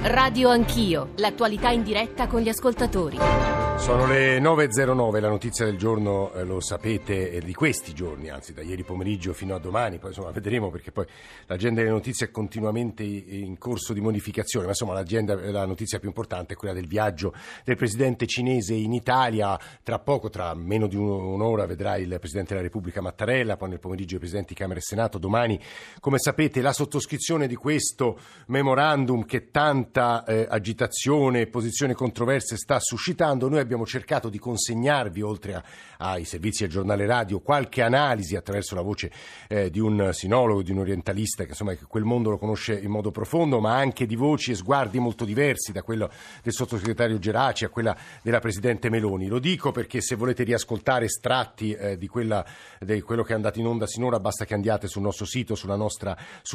Radio Anch'io, l'attualità in diretta con gli ascoltatori. Sono le 9.09, la notizia del giorno lo sapete di questi giorni, anzi da ieri pomeriggio fino a domani, poi insomma vedremo perché poi l'agenda delle notizie è continuamente in corso di modificazione, ma insomma la notizia più importante è quella del viaggio del presidente cinese in Italia. Tra poco, tra meno di un'ora, vedrà il presidente della Repubblica Mattarella, poi nel pomeriggio i presidenti Camera e Senato, domani come sapete la sottoscrizione di questo memorandum che tanta agitazione e posizione controverse sta suscitando. Noi abbiamo cercato di consegnarvi, oltre ai servizi del giornale radio, qualche analisi attraverso la voce di un sinologo, di un orientalista che insomma quel mondo lo conosce in modo profondo, ma anche di voci e sguardi molto diversi, da quello del sottosegretario Geraci a quella della presidente Meloni. Lo dico perché se volete riascoltare estratti di quello che è andato in onda sinora, basta che andiate sul nostro sito, sulla nostra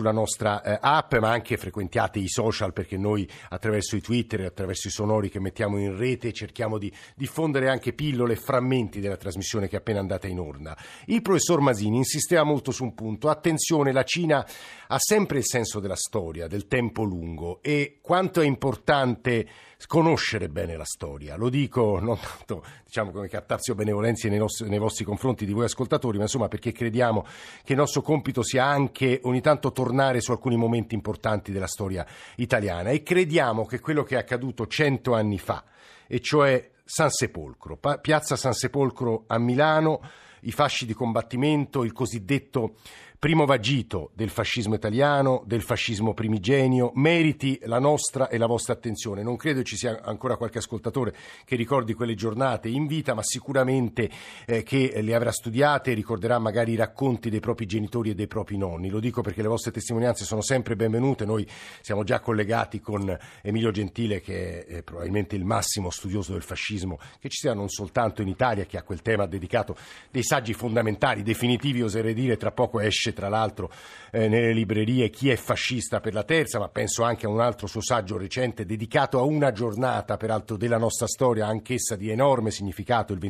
app, ma anche frequentiate i social, perché noi attraverso i Twitter e attraverso i sonori che mettiamo in rete cerchiamo di diffondere anche pillole e frammenti della trasmissione che è appena andata in onda. Il professor Masini insisteva molto su un punto: attenzione, la Cina ha sempre il senso della storia, del tempo lungo, e quanto è importante conoscere bene la storia. Lo dico non tanto come captazio benevolenza nei vostri confronti di voi ascoltatori, ma insomma perché crediamo che il nostro compito sia anche ogni tanto tornare su alcuni momenti importanti della storia italiana, e crediamo che quello che è accaduto 100 anni fa, e cioè San Sepolcro, piazza San Sepolcro a Milano, i fasci di combattimento, il cosiddetto primo vagito del fascismo italiano, del fascismo primigenio, meriti la nostra e la vostra attenzione. Non credo ci sia ancora qualche ascoltatore che ricordi quelle giornate in vita, ma sicuramente che le avrà studiate e ricorderà magari i racconti dei propri genitori e dei propri nonni. Lo dico perché le vostre testimonianze sono sempre benvenute. Noi siamo già collegati con Emilio Gentile, che è probabilmente il massimo studioso del fascismo che ci sia non soltanto in Italia, che a quel tema ha dedicato dei saggi fondamentali, definitivi oserei dire. Tra poco esce tra l'altro nelle librerie Chi è fascista per la terza, ma penso anche a un altro suo saggio recente dedicato a una giornata peraltro della nostra storia, anch'essa di enorme significato, il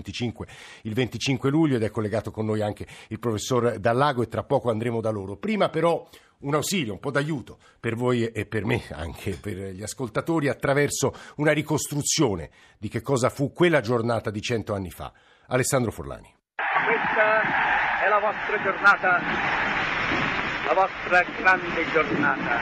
25 luglio, ed è collegato con noi anche il professor Dallago, e tra poco andremo da loro. Prima però un ausilio, un po' d'aiuto per voi e per me, anche per gli ascoltatori, attraverso una ricostruzione di che cosa fu quella giornata di 100 anni fa. Alessandro Forlani. Questa è la vostra giornata, la vostra grande giornata.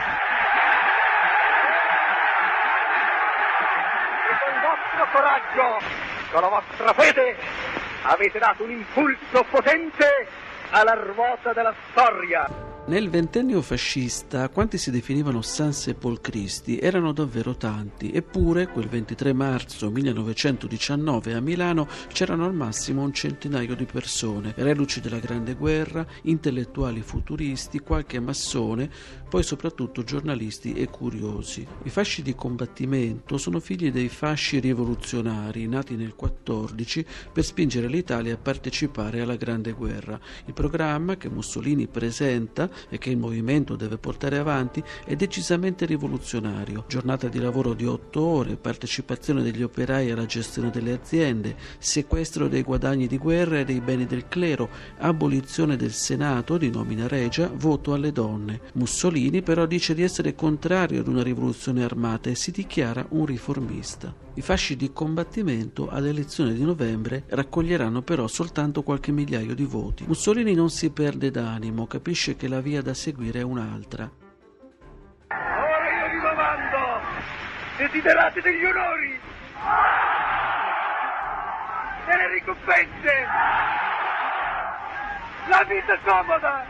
E con il vostro coraggio, con la vostra fede, avete dato un impulso potente alla ruota della storia. Nel ventennio fascista, quanti si definivano sansepolcristi erano davvero tanti, eppure quel 23 marzo 1919 a Milano c'erano al massimo un centinaio di persone, reduci della Grande Guerra, intellettuali futuristi, qualche massone, poi soprattutto giornalisti e curiosi. I fasci di combattimento sono figli dei fasci rivoluzionari nati nel 14 per spingere l'Italia a partecipare alla Grande Guerra. Il programma che Mussolini presenta e che il movimento deve portare avanti è decisamente rivoluzionario. Giornata di lavoro di 8 ore, partecipazione degli operai alla gestione delle aziende, sequestro dei guadagni di guerra e dei beni del clero, abolizione del Senato di nomina regia, voto alle donne. Mussolini però dice di essere contrario ad una rivoluzione armata e si dichiara un riformista. I fasci di combattimento alle elezioni di novembre raccoglieranno però soltanto qualche migliaio di voti. Mussolini non si perde d'animo, capisce che la via da seguire è un'altra. Ora io vi domando, desiderate degli onori, delle ricompense, la vita comoda?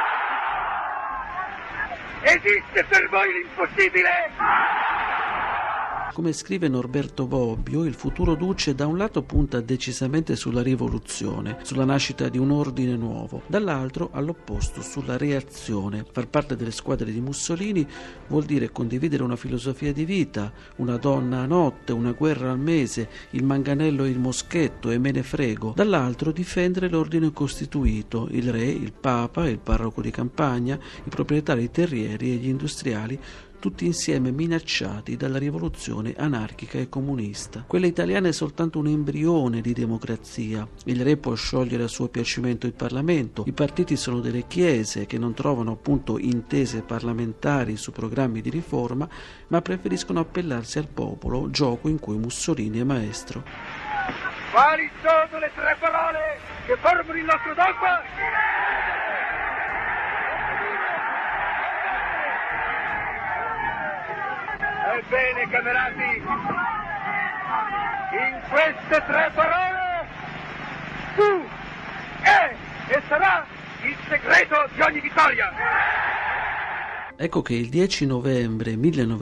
Esiste per voi l'impossibile? Come scrive Norberto Bobbio, il futuro duce da un lato punta decisamente sulla rivoluzione, sulla nascita di un ordine nuovo, dall'altro all'opposto, sulla reazione. Far parte delle squadre di Mussolini vuol dire condividere una filosofia di vita, una donna a notte, una guerra al mese, il manganello e il moschetto e me ne frego. Dall'altro difendere l'ordine costituito, il re, il papa, il parroco di campagna, i proprietari terrieri e gli industriali, tutti insieme minacciati dalla rivoluzione anarchica e comunista. Quella italiana è soltanto un embrione di democrazia. Il re può sciogliere a suo piacimento il Parlamento, i partiti sono delle chiese che non trovano appunto intese parlamentari su programmi di riforma, ma preferiscono appellarsi al popolo, gioco in cui Mussolini è maestro. Quali sono le tre parole che formano il nostro dogma? Ebbene, camerati, in queste tre parole tu è e sarà il segreto di ogni vittoria. Ecco che il 10 novembre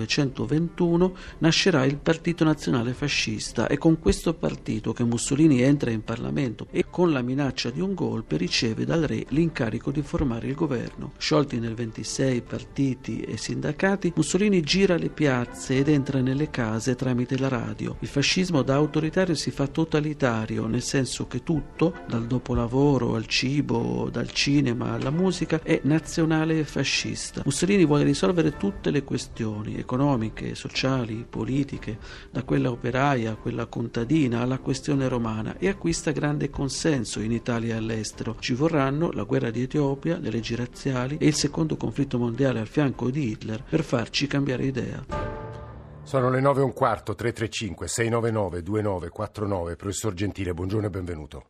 1921 nascerà il Partito Nazionale Fascista. È con questo partito che Mussolini entra in Parlamento e con la minaccia di un golpe riceve dal re l'incarico di formare il governo. Sciolti nel 26 partiti e sindacati, Mussolini gira le piazze ed entra nelle case tramite la radio. Il fascismo da autoritario si fa totalitario, nel senso che tutto, dal dopolavoro al cibo, dal cinema alla musica, è nazionale e fascista. Mussolini vuole risolvere tutte le questioni economiche, sociali, politiche, da quella operaia a quella contadina alla questione romana, e acquista grande consenso in Italia e all'estero. Ci vorranno la guerra di Etiopia, le leggi razziali e il secondo conflitto mondiale al fianco di Hitler per farci cambiare idea. Sono le 9:15, 335 699 2949. Professor Gentile, buongiorno e benvenuto.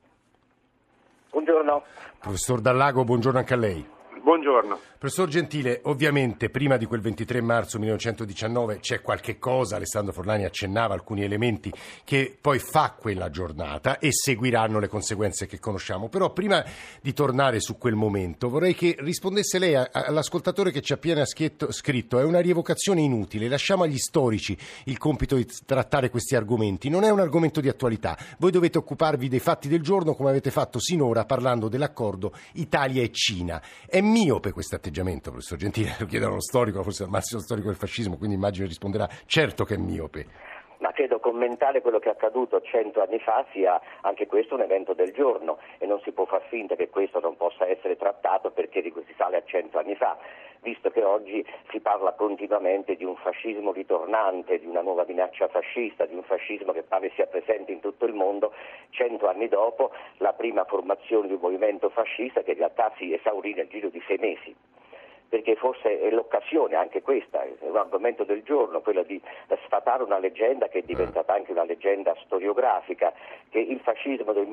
Buongiorno. Professor Dallago, buongiorno anche a lei. Buongiorno. Professor Gentile, ovviamente prima di quel 23 marzo 1919 c'è qualche cosa, Alessandro Forlani accennava alcuni elementi che poi fa quella giornata e seguiranno le conseguenze che conosciamo. Però prima di tornare su quel momento vorrei che rispondesse lei all'ascoltatore che ci ha appena scritto: è una rievocazione inutile, lasciamo agli storici il compito di trattare questi argomenti, non è un argomento di attualità, voi dovete occuparvi dei fatti del giorno come avete fatto sinora parlando dell'accordo Italia e Cina. È miope questo atteggiamento, professor Gentile? Lo chiedo allo storico, forse al massimo storico del fascismo, quindi immagino risponderà certo che è miope. Ma credo commentare quello che è accaduto 100 anni fa sia anche questo un evento del giorno e non si può far finta che questo non possa essere trattato perché risale a 100 anni fa, visto che oggi si parla continuamente di un fascismo ritornante, di una nuova minaccia fascista, di un fascismo che pare sia presente in tutto il mondo, 100 anni dopo la prima formazione di un movimento fascista che in realtà si esaurì nel giro di 6 mesi. Perché forse è l'occasione, anche questa, è un argomento del giorno, quello di sfatare una leggenda che è diventata anche una leggenda storiografica, che il fascismo del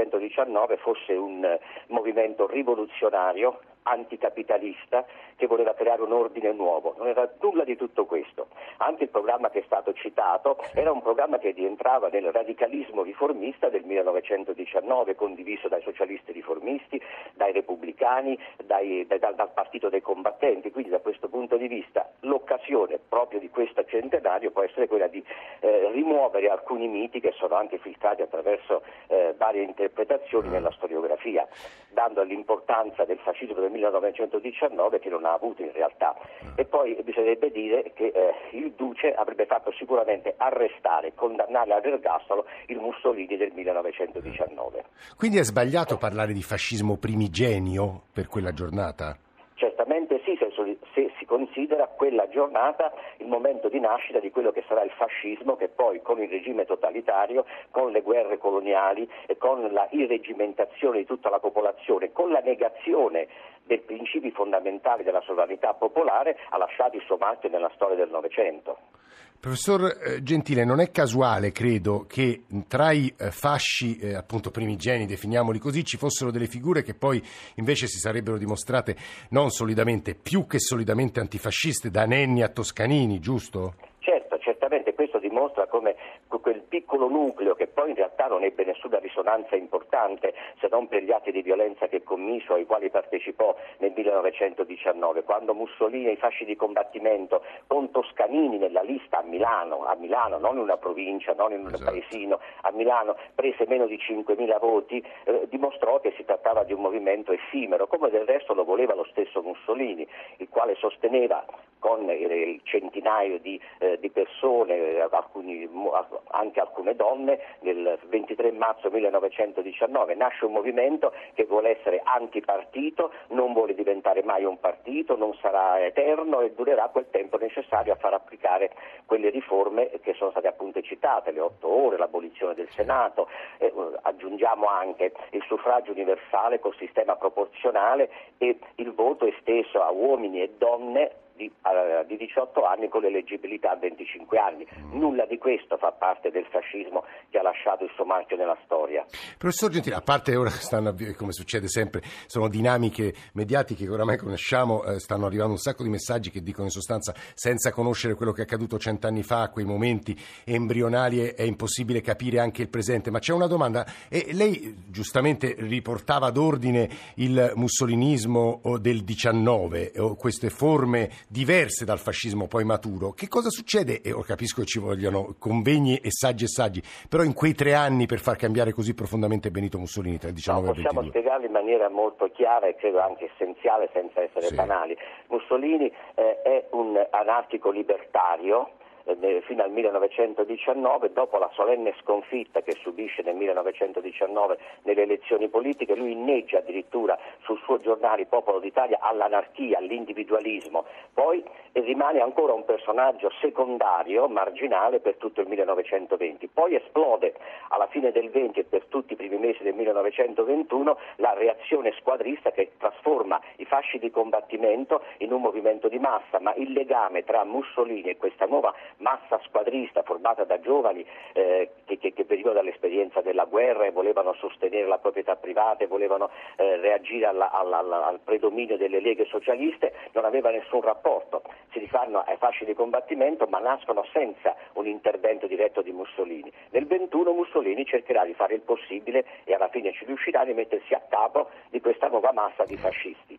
1919 fosse un movimento rivoluzionario, anticapitalista, che voleva creare un ordine nuovo. Non era nulla di tutto questo. Anche il programma che è stato citato era un programma che rientrava nel radicalismo riformista del 1919, condiviso dai socialisti riformisti, dai repubblicani, dal partito dei combattenti. Quindi da questo punto di vista l'occasione proprio di questo centenario può essere quella di rimuovere alcuni miti che sono anche filtrati attraverso varie interpretazioni nella storiografia, dando l'importanza del fascismo del 1919 che non ha avuto in realtà. E poi bisognerebbe dire che il Duce avrebbe fatto sicuramente arrestare, condannare all'ergastolo il Mussolini del 1919. Quindi è sbagliato parlare di fascismo primigenio per quella giornata? Certamente sì, se si considera quella giornata il momento di nascita di quello che sarà il fascismo, che poi con il regime totalitario, con le guerre coloniali e con la irregimentazione di tutta la popolazione, con la negazione dei principi fondamentali della sovranità popolare, ha lasciato il suo marchio nella storia del Novecento. Professor Gentile, non è casuale, credo, che tra i fasci appunto primigeni, definiamoli così, ci fossero delle figure che poi invece si sarebbero dimostrate non solidamente, più che solidamente antifasciste, da Nenni a Toscanini, giusto? Certo, certamente questo dimostra come quel piccolo nucleo, che poi in realtà non ebbe nessuna risonanza importante se non per gli atti di violenza che commiso, ai quali partecipò nel 1919, quando Mussolini e i fasci di combattimento con Toscanini nella lista a Milano, non in una provincia, non in un paesino, a Milano prese meno di 5.000 voti, dimostrò che si trattava di un movimento effimero, come del resto lo voleva lo stesso Mussolini, il quale sosteneva con il centinaio di persone, anche alcune donne. Nel 23 marzo 1919 nasce un movimento che vuole essere antipartito, non vuole diventare mai un partito, non sarà eterno e durerà quel tempo necessario a far applicare quelle riforme che sono state appunto citate, le 8 ore, l'abolizione del Senato, aggiungiamo anche il suffragio universale col sistema proporzionale e il voto esteso a uomini e donne di 18 anni con l'eleggibilità a 25 anni. Nulla di questo fa parte del fascismo che ha lasciato il suo marchio nella storia. Professor Gentile, a parte ora come succede sempre, sono dinamiche mediatiche che oramai conosciamo, stanno arrivando un sacco di messaggi che dicono in sostanza senza conoscere quello che è accaduto 100 anni fa, quei momenti embrionali è impossibile capire anche il presente, ma c'è una domanda, e lei giustamente riportava d'ordine il mussolinismo del 19 o queste forme diverse dal fascismo poi maturo. Che cosa succede? E capisco che ci vogliono convegni e saggi, però in quei 3 anni per far cambiare così profondamente Benito Mussolini tra il 19 e il 22. Possiamo spiegarlo in maniera molto chiara e credo anche essenziale senza essere banali. Mussolini è un anarchico libertario fino al 1919, dopo la solenne sconfitta che subisce nel 1919 nelle elezioni politiche, lui inneggia addirittura sul suo giornale Popolo d'Italia all'anarchia, all'individualismo, poi rimane ancora un personaggio secondario, marginale per tutto il 1920, poi esplode alla fine del 20 e per tutti i primi mesi del 1921 la reazione squadrista che trasforma i fasci di combattimento in un movimento di massa, ma il legame tra Mussolini e questa nuova massa squadrista formata da giovani che venivano dall'esperienza della guerra e volevano sostenere la proprietà privata e volevano reagire al predominio delle leghe socialiste, non aveva nessun rapporto. Si rifanno ai fasci di combattimento ma nascono senza un intervento diretto di Mussolini. Nel 21 Mussolini cercherà di fare il possibile e alla fine ci riuscirà di mettersi a capo di questa nuova massa di fascisti.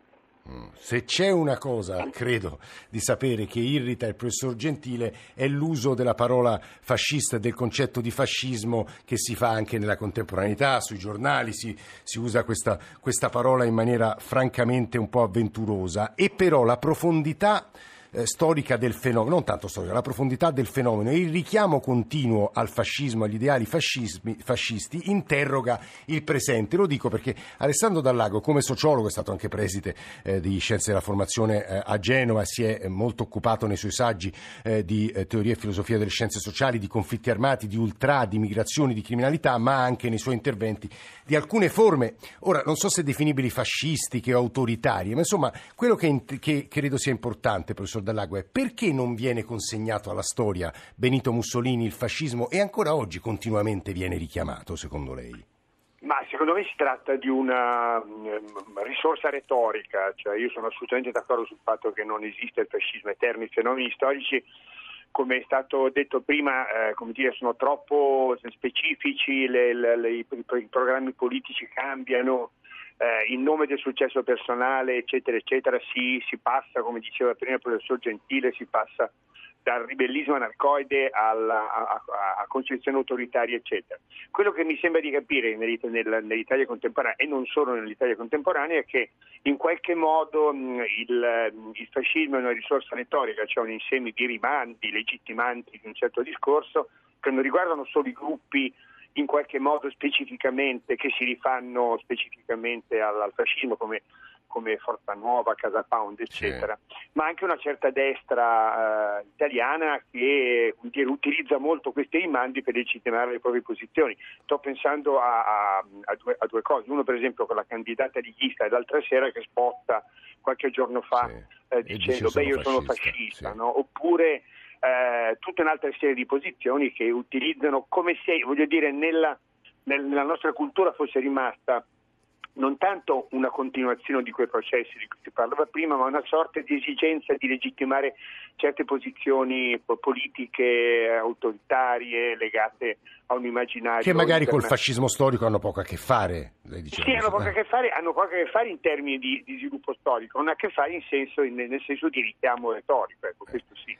Se c'è una cosa, credo, di sapere che irrita il professor Gentile è l'uso della parola fascista e del concetto di fascismo che si fa anche nella contemporaneità, sui giornali si usa questa parola in maniera francamente un po' avventurosa, e però la profondità storica del fenomeno, non tanto storica, la profondità del fenomeno e il richiamo continuo al fascismo, agli ideali fascisti, interroga il presente. Lo dico perché Alessandro Dallago, come sociologo, è stato anche preside di Scienze della Formazione a Genova, si è molto occupato nei suoi saggi di teoria e filosofia delle scienze sociali, di conflitti armati, di ultra, di migrazioni, di criminalità, ma anche nei suoi interventi di alcune forme, ora non so se definibili fascistiche o autoritarie, ma insomma quello che credo sia importante, professor Dallago, è perché non viene consegnato alla storia Benito Mussolini, il fascismo, e ancora oggi continuamente viene richiamato, secondo lei? Ma secondo me si tratta di una risorsa retorica, cioè io sono assolutamente d'accordo sul fatto che non esiste il fascismo, eterni fenomeni storici, come è stato detto prima, sono troppo specifici, i programmi politici cambiano, in nome del successo personale, eccetera, eccetera, si passa, come diceva prima il professor Gentile, si passa dal ribellismo anarcoide a concezioni autoritarie, eccetera. Quello che mi sembra di capire nell'Italia contemporanea, e non solo nell'Italia contemporanea, è che in qualche modo il fascismo è una risorsa retorica, cioè un insieme di rimandi legittimanti di un certo discorso che non riguardano solo i gruppi in qualche modo specificamente, che si rifanno specificamente al fascismo come Forza Nuova, Casa Pound, eccetera, ma anche una certa destra italiana che utilizza molto questi rimandi per legittimare le proprie posizioni. Sto pensando a due cose. Uno, per esempio, con la candidata leghista l'altra sera che sposta qualche giorno fa dicendo io sono fascista, sì. No? Oppure tutta un'altra serie di posizioni che utilizzano come se, voglio dire, nella nostra cultura fosse rimasta non tanto una continuazione di quei processi di cui si parlava prima, ma una sorta di esigenza di legittimare certe posizioni politiche autoritarie legate a un immaginario che magari col fascismo storico hanno poco a che fare, lei diceva. Sì, hanno poco a che fare in termini di sviluppo storico, non ha a che fare nel senso di richiamo retorico, ecco, questo sì.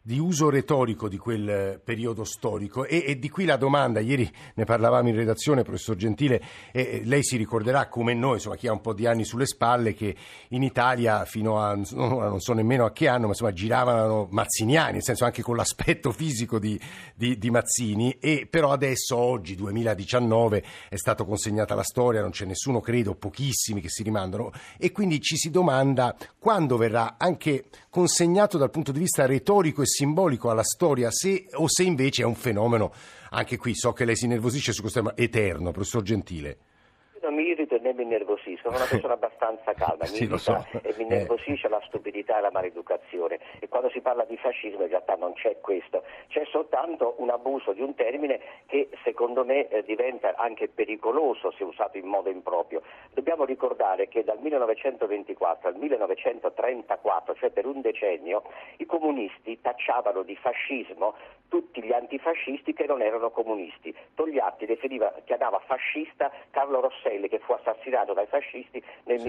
di uso retorico di quel periodo storico e di qui la domanda. Ieri ne parlavamo in redazione, professor Gentile, e lei si ricorderà come noi, insomma chi ha un po' di anni sulle spalle, che in Italia fino a non so nemmeno a che anno, ma insomma giravano mazziniani, nel senso anche con l'aspetto fisico di Mazzini, e però adesso, oggi 2019, è stata consegnata la storia, non c'è nessuno, credo, pochissimi che si rimandano, e quindi ci si domanda quando verrà anche consegnato dal punto di vista retorico e simbolico alla storia, se invece è un fenomeno, anche qui so che lei si nervosisce su questo tema, eterno, professor Gentile. Non mi irrito né mi innervosisco, sono una persona abbastanza calma, mi irrita e mi innervosisce la stupidità e la maleducazione, e quando si parla di fascismo in realtà non c'è questo, c'è soltanto un abuso di un termine che secondo me diventa anche pericoloso se usato in modo improprio. Dobbiamo ricordare che dal 1924 al 1934, cioè per un decennio, i comunisti tacciavano di fascismo tutti gli antifascisti che non erano comunisti. Togliatti chiamava fascista Carlo Rosselli, che fu assassinato dai fascisti nel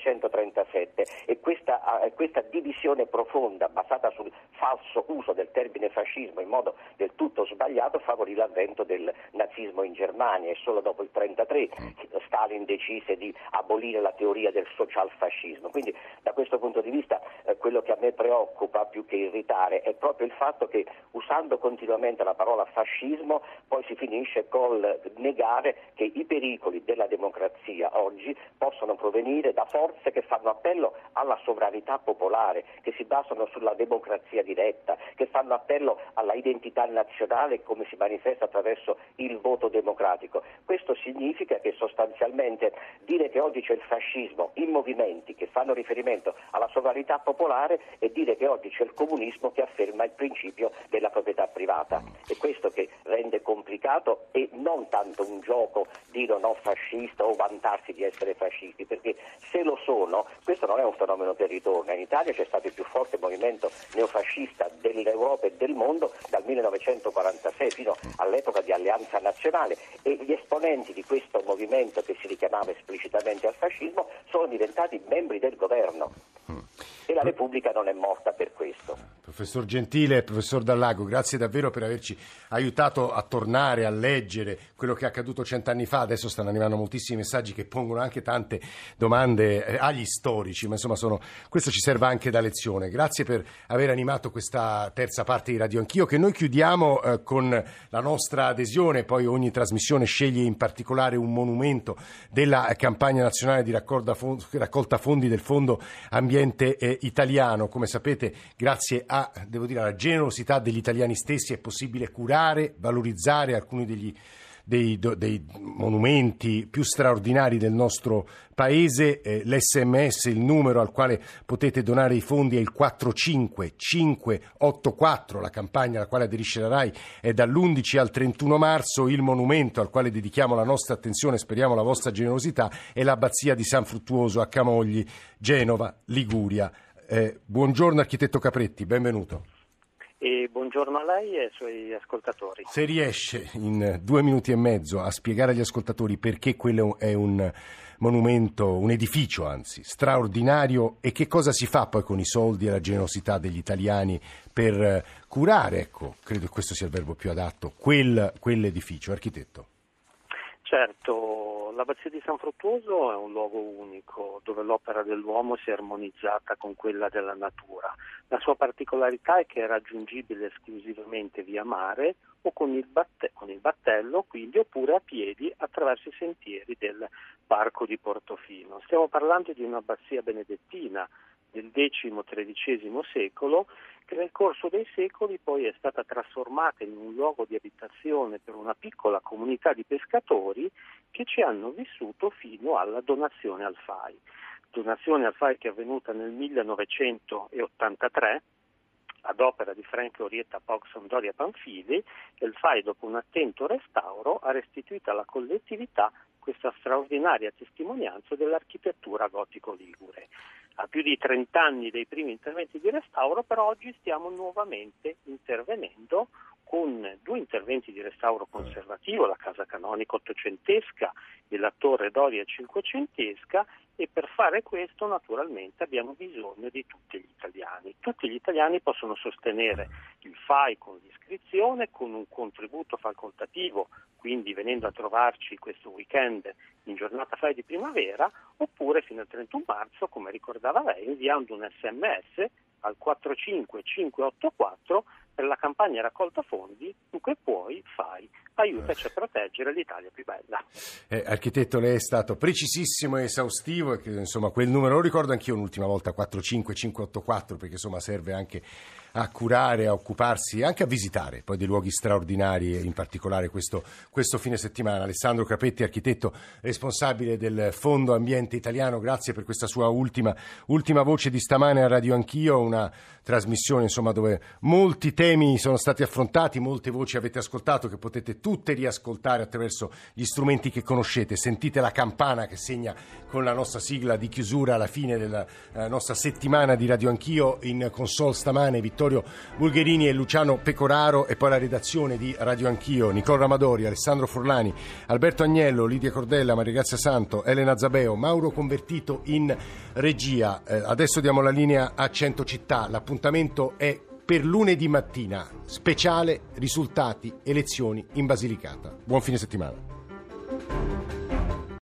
1937, e questa divisione profonda basata sul falso uso del termine fascismo in modo del tutto sbagliato favorì l'avvento del nazismo in Germania, e solo dopo il 1933 Stalin decise di abolire la teoria del socialfascismo. Quindi da questo punto di vista quello che a me preoccupa più che irritare è proprio il fatto che, usando continuamente la parola fascismo, poi si finisce col negare che i pericoli della democrazia oggi possono provenire da forze che fanno appello alla sovranità popolare, che si basano sulla democrazia diretta, che fanno appello alla identità nazionale come si manifesta attraverso il voto democratico. Questo significa che sostanzialmente dire che oggi c'è il fascismo in movimenti che fanno riferimento alla sovranità popolare è dire che oggi c'è il comunismo che afferma il principio della proprietà privata. È questo che rende complicato, e non tanto un gioco dire no fascista o vantarsi di essere fascisti, perché se lo sono, questo non è un fenomeno che ritorna. In Italia c'è stato il più forte movimento neofascista dell'Europa e del mondo dal 1946 fino all'epoca di Alleanza Nazionale, e gli esponenti di questo movimento, che si richiamava esplicitamente al fascismo, sono diventati membri del governo, e la Repubblica non è morta per questo. Professor Gentile, professor Dallago, grazie davvero per averci aiutato a tornare a leggere quello che è accaduto 100 anni fa. Adesso stanno arrivando moltissimi messaggi che pongono anche tante domande agli storici, ma insomma questo ci serve anche da lezione. Grazie per aver animato questa terza parte di Radio Anch'io, che noi chiudiamo con la nostra adesione. Poi ogni trasmissione sceglie in particolare un monumento della campagna nazionale di raccolta fondi del Fondo Ambiente Italiano. Come sapete, grazie alla generosità degli italiani stessi è possibile curare, valorizzare alcuni dei monumenti più straordinari del nostro paese. L'SMS, il numero al quale potete donare i fondi, è il 45584. La campagna alla quale aderisce la RAI è dall'11 al 31 marzo. Il monumento al quale dedichiamo la nostra attenzione, speriamo la vostra generosità, è l'Abbazia di San Fruttuoso a Camogli, Genova, Liguria. Buongiorno architetto Capretti, benvenuto. E buongiorno a lei e ai suoi ascoltatori. Se riesce in 2 minuti e mezzo a spiegare agli ascoltatori perché quello è un monumento, un edificio anzi, straordinario, e che cosa si fa poi con i soldi e la generosità degli italiani per curare, ecco, credo che questo sia il verbo più adatto, quell'edificio, architetto. Certo, l'Abbazia di San Fruttuoso è un luogo unico dove l'opera dell'uomo si è armonizzata con quella della natura. La sua particolarità è che è raggiungibile esclusivamente via mare o con il battello, quindi, oppure a piedi attraverso i sentieri del Parco di Portofino. Stiamo parlando di un'abbazia benedettina del X-XIII secolo, che nel corso dei secoli poi è stata trasformata in un luogo di abitazione per una piccola comunità di pescatori che ci hanno vissuto fino alla donazione al FAI. Donazione al FAI che è avvenuta nel 1983 ad opera di Frank Orietta Pogson Doria Panfili, e il FAI, dopo un attento restauro, ha restituito alla collettività questa straordinaria testimonianza dell'architettura gotico-ligure. A più di 30 anni dei primi interventi di restauro, però oggi stiamo nuovamente intervenendo con 2 interventi di restauro conservativo, la casa canonica ottocentesca e la torre Doria cinquecentesca, e per fare questo naturalmente abbiamo bisogno di tutti gli italiani. Tutti gli italiani possono sostenere il FAI con l'iscrizione, con un contributo facoltativo, quindi venendo a trovarci questo weekend in giornata FAI di primavera, oppure fino al 31 marzo, come ricordava lei, inviando un SMS al 45584 per la campagna raccolta fondi, dunque puoi, fai, aiutaci a proteggere l'Italia più bella. Architetto, lei è stato precisissimo e esaustivo, e insomma quel numero lo ricordo anch'io un'ultima volta, 45584, perché insomma serve anche a curare, a occuparsi, anche a visitare poi dei luoghi straordinari, in particolare questo fine settimana. Alessandro Capetti, architetto responsabile del Fondo Ambiente Italiano, grazie per questa sua ultima voce di stamane a Radio Anch'io, una trasmissione insomma dove molti temi sono stati affrontati, molte voci avete ascoltato che potete tutte riascoltare attraverso gli strumenti che conoscete. Sentite la campana che segna con la nostra sigla di chiusura alla fine della nostra settimana di Radio Anch'io. In console stamane Vittorio Bulgherini e Luciano Pecoraro, e poi la redazione di Radio Anch'io: Nicola Ramadori, Alessandro Forlani, Alberto Agnello, Lidia Cordella, Maria Grazia Santo, Elena Zabeo, Mauro Convertito in regia. Adesso diamo la linea a Centocittà. L'appuntamento è per lunedì mattina, speciale risultati elezioni in Basilicata. Buon fine settimana.